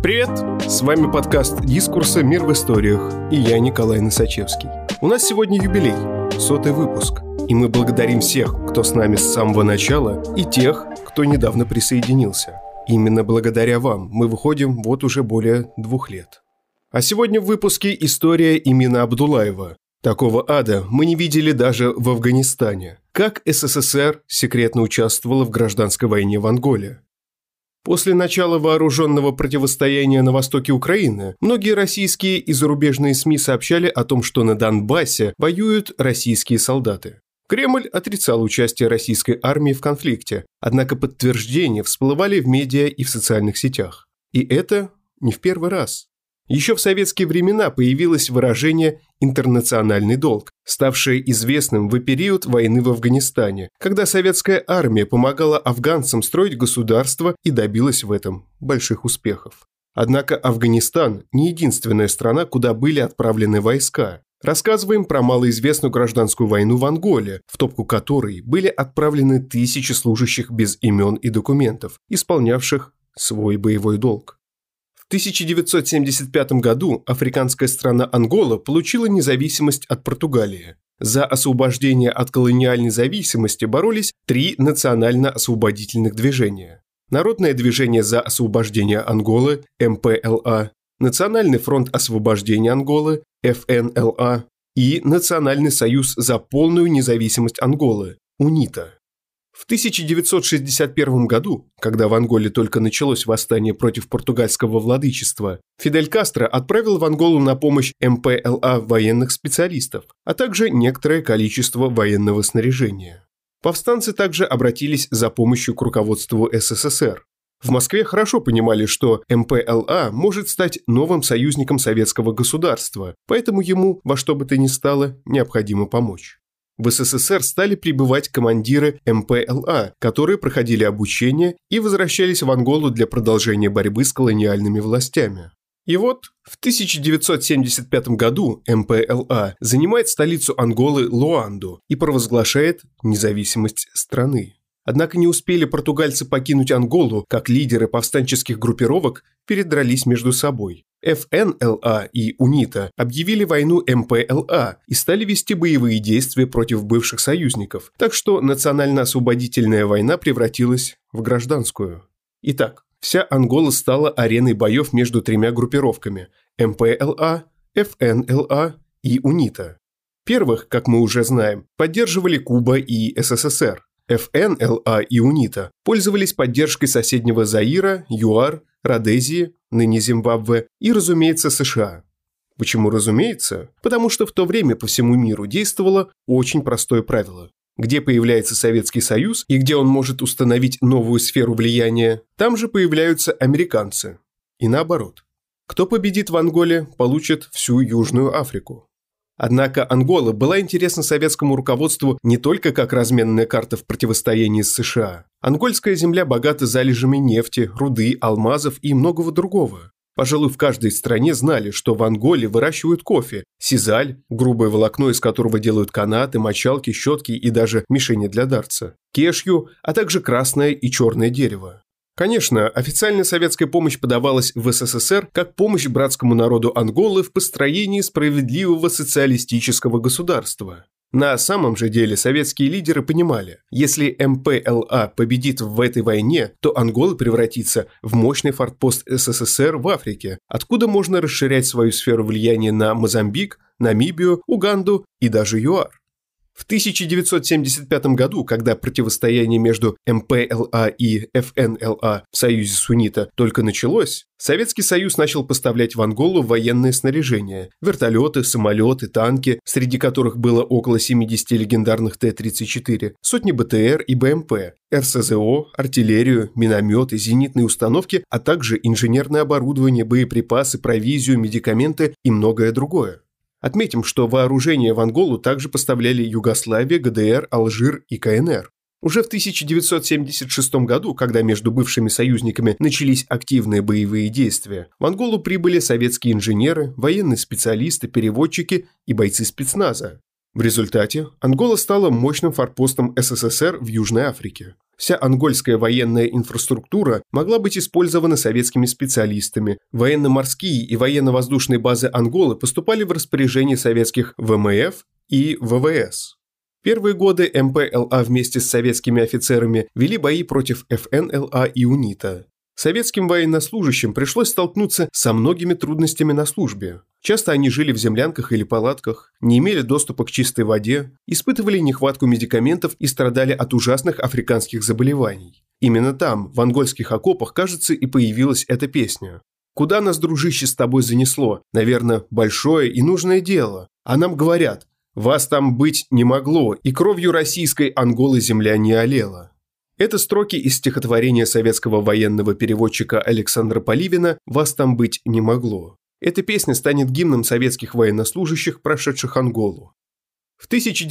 Привет! С вами подкаст «Дискурсы. Мир в историях» и я, Николай Носачевский. У нас сегодня юбилей, 100-й выпуск, и мы благодарим всех, кто с нами с самого начала, и тех, кто недавно присоединился. Именно благодаря вам мы выходим вот уже более 2 лет. А сегодня в выпуске история Эмина Абдуллаева. Такого ада мы не видели даже в Афганистане. Как СССР секретно участвовала в гражданской войне в Анголе. После начала вооруженного противостояния на востоке Украины, многие российские и зарубежные СМИ сообщали о том, что на Донбассе воюют российские солдаты. Кремль отрицал участие российской армии в конфликте, однако подтверждения всплывали в медиа и в социальных сетях. И это не в первый раз. Еще в советские времена появилось выражение «интернациональный долг», ставшее известным в период войны в Афганистане, когда советская армия помогала афганцам строить государство и добилась в этом больших успехов. Однако Афганистан не единственная страна, куда были отправлены войска. Рассказываем про малоизвестную гражданскую войну в Анголе, в топку которой были отправлены тысячи служащих без имен и документов, исполнявших свой боевой долг. В 1975 году африканская страна Ангола получила независимость от Португалии. За освобождение от колониальной зависимости боролись 3 национально-освободительных движения. Народное движение за освобождение Анголы – МПЛА, Национальный фронт освобождения Анголы – ФНЛА и Национальный союз за полную независимость Анголы – УНИТА. В 1961 году, когда в Анголе только началось восстание против португальского владычества, Фидель Кастро отправил в Анголу на помощь МПЛА военных специалистов, а также некоторое количество военного снаряжения. Повстанцы также обратились за помощью к руководству СССР. В Москве хорошо понимали, что МПЛА может стать новым союзником советского государства, поэтому ему во что бы то ни стало необходимо помочь. В СССР стали прибывать командиры МПЛА, которые проходили обучение и возвращались в Анголу для продолжения борьбы с колониальными властями. И вот в 1975 году МПЛА занимает столицу Анголы Луанду и провозглашает независимость страны. Однако не успели португальцы покинуть Анголу, как лидеры повстанческих группировок передрались между собой. ФНЛА и УНИТА объявили войну МПЛА и стали вести боевые действия против бывших союзников, так что национально-освободительная война превратилась в гражданскую. Итак, вся Ангола стала ареной боев между 3 группировками – МПЛА, ФНЛА и УНИТА. Первых, как мы уже знаем, поддерживали Куба и СССР. ФНЛА и УНИТА пользовались поддержкой соседнего Заира, ЮАР, Родезии, ныне Зимбабве и, разумеется, США. Почему разумеется? Потому что в то время по всему миру действовало очень простое правило. Где появляется Советский Союз и где он может установить новую сферу влияния, там же появляются американцы. И наоборот. Кто победит в Анголе, получит всю Южную Африку. Однако Ангола была интересна советскому руководству не только как разменная карта в противостоянии с США. Ангольская земля богата залежами нефти, руды, алмазов и многого другого. Пожалуй, в каждой стране знали, что в Анголе выращивают кофе, сизаль, грубое волокно, из которого делают канаты, мочалки, щетки и даже мишени для дартса, кешью, а также красное и черное дерево. Конечно, официальная советская помощь подавалась в СССР как помощь братскому народу Анголы в построении справедливого социалистического государства. На самом же деле советские лидеры понимали, если МПЛА победит в этой войне, то Ангола превратится в мощный форпост СССР в Африке, откуда можно расширять свою сферу влияния на Мозамбик, Намибию, Уганду и даже ЮАР. В 1975 году, когда противостояние между МПЛА и ФНЛА в союзе с УНИТА только началось, Советский Союз начал поставлять в Анголу военное снаряжение – вертолеты, самолеты, танки, среди которых было около 70 легендарных Т-34, сотни БТР и БМП, РСЗО, артиллерию, минометы, зенитные установки, а также инженерное оборудование, боеприпасы, провизию, медикаменты и многое другое. Отметим, что вооружение в Анголу также поставляли Югославия, ГДР, Алжир и КНР. Уже в 1976 году, когда между бывшими союзниками начались активные боевые действия, в Анголу прибыли советские инженеры, военные специалисты, переводчики и бойцы спецназа. В результате Ангола стала мощным форпостом СССР в Южной Африке. Вся ангольская военная инфраструктура могла быть использована советскими специалистами. Военно-морские и военно-воздушные базы Анголы поступали в распоряжение советских ВМФ и ВВС. Первые годы МПЛА вместе с советскими офицерами вели бои против ФНЛА и УНИТА. Советским военнослужащим пришлось столкнуться со многими трудностями на службе. Часто они жили в землянках или палатках, не имели доступа к чистой воде, испытывали нехватку медикаментов и страдали от ужасных африканских заболеваний. Именно там, в ангольских окопах, кажется, и появилась эта песня. «Куда нас, дружище, с тобой занесло? Наверное, большое и нужное дело. А нам говорят, вас там быть не могло, и кровью российской Анголы земля не олела». Это строки из стихотворения советского военного переводчика Александра Поливина «Вас там быть не могло». Эта песня станет гимном советских военнослужащих, прошедших Анголу. В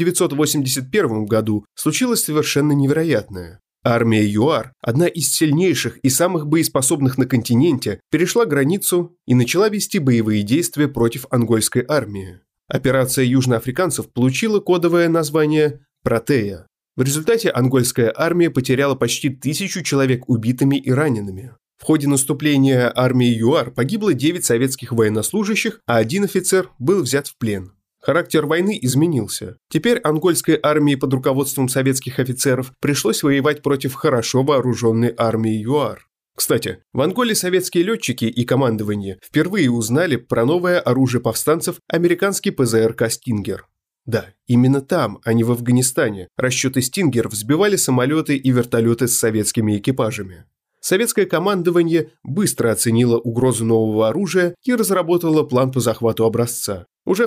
1981 году случилось совершенно невероятное. Армия ЮАР, одна из сильнейших и самых боеспособных на континенте, перешла границу и начала вести боевые действия против ангольской армии. Операция южноафриканцев получила кодовое название «Протея». В результате ангольская армия потеряла почти 1000 человек убитыми и ранеными. В ходе наступления армии ЮАР погибло 9 советских военнослужащих, а 1 офицер был взят в плен. Характер войны изменился. Теперь ангольской армии под руководством советских офицеров пришлось воевать против хорошо вооруженной армии ЮАР. Кстати, в Анголе советские летчики и командование впервые узнали про новое оружие повстанцев американский ПЗРК «Стингер». Да, именно там, а не в Афганистане, расчеты «Стингер» взбивали самолеты и вертолеты с советскими экипажами. Советское командование быстро оценило угрозу нового оружия и разработало план по захвату образца. Уже в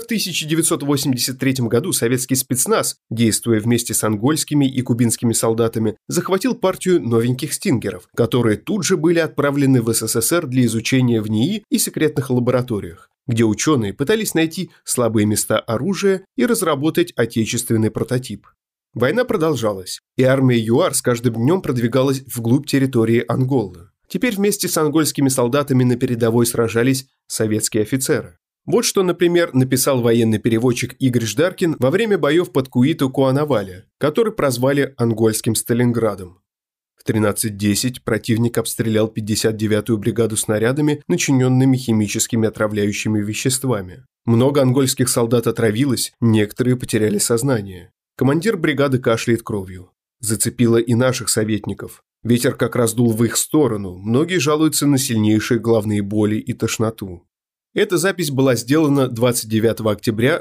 1983 году советский спецназ, действуя вместе с ангольскими и кубинскими солдатами, захватил партию новеньких «Стингеров», которые тут же были отправлены в СССР для изучения в НИИ и секретных лабораториях, где ученые пытались найти слабые места оружия и разработать отечественный прототип. Война продолжалась, и армия ЮАР с каждым днем продвигалась вглубь территории Анголы. Теперь вместе с ангольскими солдатами на передовой сражались советские офицеры. Вот что, например, написал военный переводчик Игорь Ждаркин во время боев под Куиту-Куанавале, который прозвали ангольским Сталинградом. В 13:10 противник обстрелял 59-ю бригаду снарядами, начиненными химическими отравляющими веществами. Много ангольских солдат отравилось, некоторые потеряли сознание. Командир бригады кашляет кровью. Зацепило и наших советников. Ветер как раз дул в их сторону, многие жалуются на сильнейшие головные боли и тошноту. Эта запись была сделана 29 октября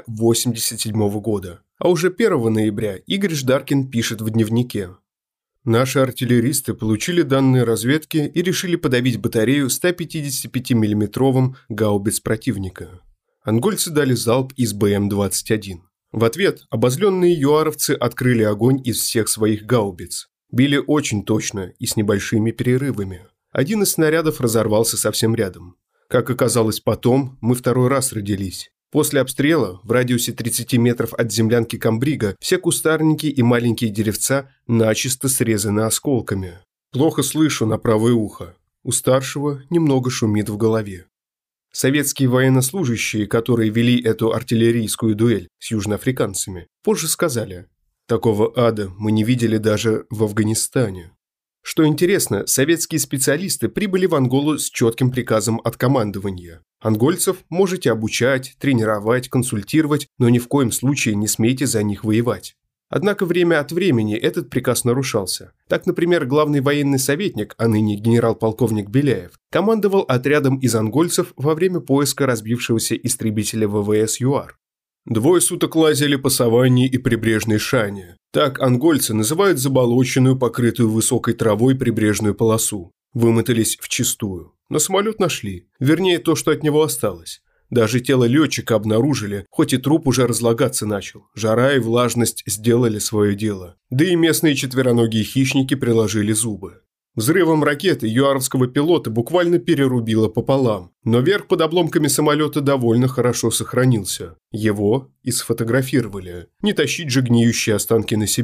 1987 года. А уже 1 ноября Игорь Ждаркин пишет в дневнике. Наши артиллеристы получили данные разведки и решили подавить батарею 155 мм гаубиц противника. Ангольцы дали залп из БМ-21. В ответ обозленные юаровцы открыли огонь из всех своих гаубиц. Били очень точно и с небольшими перерывами. Один из снарядов разорвался совсем рядом. Как оказалось потом, мы второй раз родились. После обстрела, в радиусе 30 метров от землянки Камбрига, все кустарники и маленькие деревца начисто срезаны осколками. Плохо слышу на правое ухо. У старшего немного шумит в голове. Советские военнослужащие, которые вели эту артиллерийскую дуэль с южноафриканцами, позже сказали: «Такого ада мы не видели даже в Афганистане». Что интересно, советские специалисты прибыли в Анголу с четким приказом от командования. Ангольцев можете обучать, тренировать, консультировать, но ни в коем случае не смейте за них воевать. Однако время от времени этот приказ нарушался. Так, например, главный военный советник, а ныне генерал-полковник Беляев, командовал отрядом из ангольцев во время поиска разбившегося истребителя ВВС ЮАР. 2 суток лазили по саванне и прибрежной шане. Так ангольцы называют заболоченную, покрытую высокой травой прибрежную полосу. Вымотались вчистую. Но самолет нашли. Вернее, то, что от него осталось. Даже тело летчика обнаружили, хоть и труп уже разлагаться начал. Жара и влажность сделали свое дело. Да и местные четвероногие хищники приложили зубы. Взрывом ракеты юаровского пилота буквально перерубило пополам, но верх под обломками самолета довольно хорошо сохранился. Его и сфотографировали. Не тащить же гниющие останки на себе.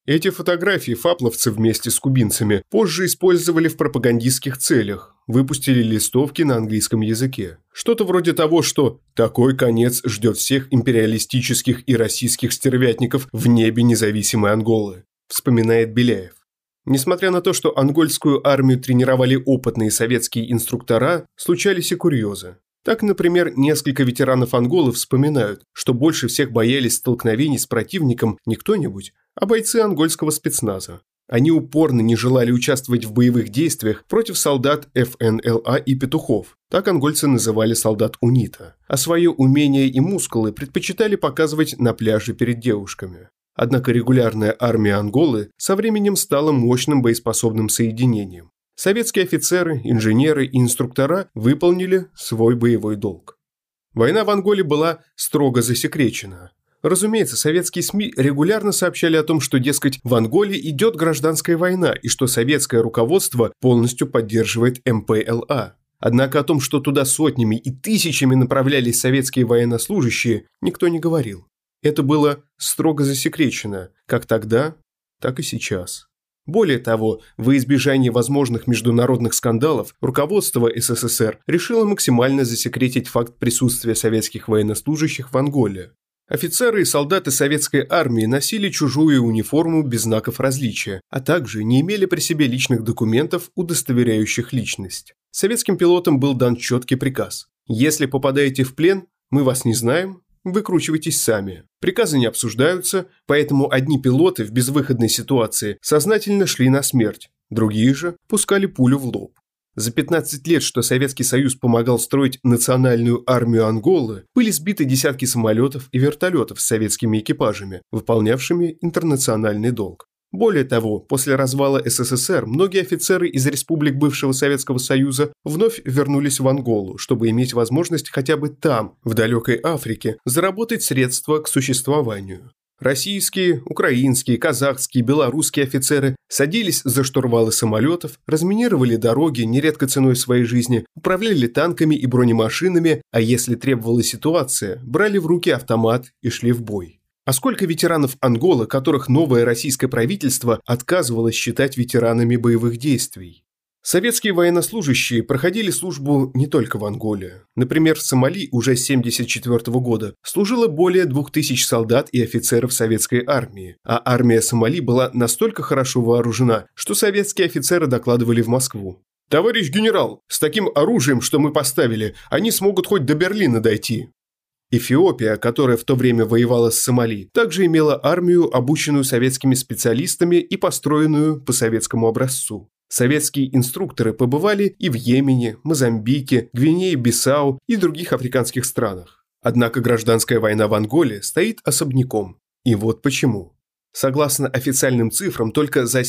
Эти фотографии фапловцы вместе с кубинцами позже использовали в пропагандистских целях, выпустили листовки на английском языке. Что-то вроде того, что «такой конец ждет всех империалистических и российских стервятников в небе независимой Анголы», вспоминает Беляев. Несмотря на то, что ангольскую армию тренировали опытные советские инструктора, случались и курьезы. Так, например, несколько ветеранов Анголы вспоминают, что больше всех боялись столкновений с противником не кто-нибудь, а бойцы ангольского спецназа. Они упорно не желали участвовать в боевых действиях против солдат ФНЛА и петухов. Так ангольцы называли солдат УНИТА. А свое умение и мускулы предпочитали показывать на пляже перед девушками. Однако регулярная армия Анголы со временем стала мощным боеспособным соединением. Советские офицеры, инженеры и инструктора выполнили свой боевой долг. Война в Анголе была строго засекречена. Разумеется, советские СМИ регулярно сообщали о том, что, дескать, в Анголе идет гражданская война и что советское руководство полностью поддерживает МПЛА. Однако о том, что туда сотнями и тысячами направлялись советские военнослужащие, никто не говорил. Это было строго засекречено, как тогда, так и сейчас. Более того, во избежание возможных международных скандалов, руководство СССР решило максимально засекретить факт присутствия советских военнослужащих в Анголе. Офицеры и солдаты советской армии носили чужую униформу без знаков различия, а также не имели при себе личных документов, удостоверяющих личность. Советским пилотам был дан четкий приказ: если попадаете в плен, мы вас не знаем, выкручивайтесь сами. Приказы не обсуждаются, поэтому одни пилоты в безвыходной ситуации сознательно шли на смерть, другие же пускали пулю в лоб. За 15 лет, что Советский Союз помогал строить национальную армию Анголы, были сбиты десятки самолетов и вертолетов с советскими экипажами, выполнявшими интернациональный долг. Более того, после развала СССР многие офицеры из республик бывшего Советского Союза вновь вернулись в Анголу, чтобы иметь возможность хотя бы там, в далекой Африке, заработать средства к существованию. Российские, украинские, казахские, белорусские офицеры садились за штурвалы самолетов, разминировали дороги, нередко ценой своей жизни, управляли танками и бронемашинами, а если требовалась ситуация, брали в руки автомат и шли в бой. А сколько ветеранов Анголы, которых новое российское правительство отказывалось считать ветеранами боевых действий? Советские военнослужащие проходили службу не только в Анголе. Например, в Сомали уже с 1974 года служило более 2000 солдат и офицеров советской армии, а армия Сомали была настолько хорошо вооружена, что советские офицеры докладывали в Москву: «Товарищ генерал, с таким оружием, что мы поставили, они смогут хоть до Берлина дойти». Эфиопия, которая в то время воевала с Сомали, также имела армию, обученную советскими специалистами и построенную по советскому образцу. Советские инструкторы побывали и в Йемене, Мозамбике, Гвинее-Бисау и других африканских странах. Однако гражданская война в Анголе стоит особняком. И вот почему. Согласно официальным цифрам, только за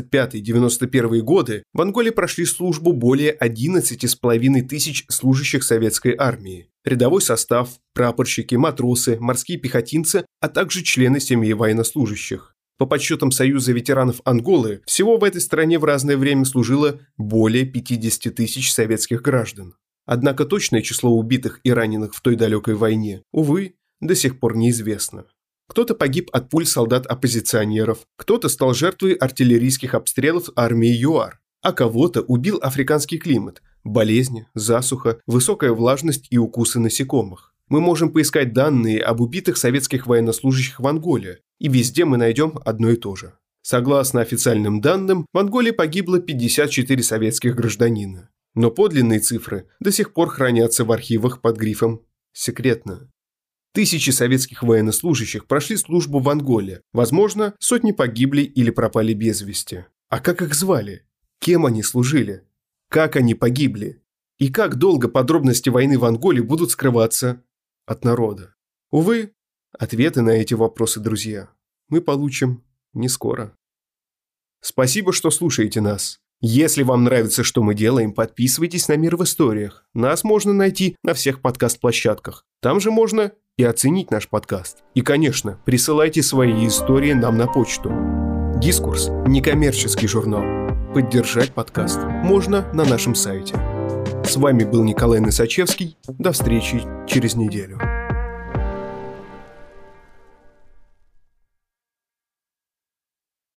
75-91 годы в Анголе прошли службу более 11,5 тысяч служащих советской армии. Рядовой состав, прапорщики, матросы, морские пехотинцы, а также члены семьи военнослужащих. По подсчетам Союза ветеранов Анголы, всего в этой стране в разное время служило более 50 тысяч советских граждан. Однако точное число убитых и раненых в той далекой войне, увы, до сих пор неизвестно. Кто-то погиб от пуль солдат-оппозиционеров, кто-то стал жертвой артиллерийских обстрелов армии ЮАР, а кого-то убил африканский климат, болезни, засуха, высокая влажность и укусы насекомых. Мы можем поискать данные об убитых советских военнослужащих в Анголе, и везде мы найдем одно и то же. Согласно официальным данным, в Анголе погибло 54 советских гражданина. Но подлинные цифры до сих пор хранятся в архивах под грифом «секретно». Тысячи советских военнослужащих прошли службу в Анголе. Возможно, сотни погибли или пропали без вести. А как их звали? Кем они служили? Как они погибли? И как долго подробности войны в Анголе будут скрываться от народа? Увы, ответы на эти вопросы, друзья, мы получим не скоро. Спасибо, что слушаете нас. Если вам нравится, что мы делаем, подписывайтесь на «Мир в историях». Нас можно найти на всех подкаст-площадках. Там же можно и оценить наш подкаст. И, конечно, присылайте свои истории нам на почту. «Дискурс» – некоммерческий журнал. Поддержать подкаст можно на нашем сайте. С вами был Николай Носачевский. До встречи через неделю.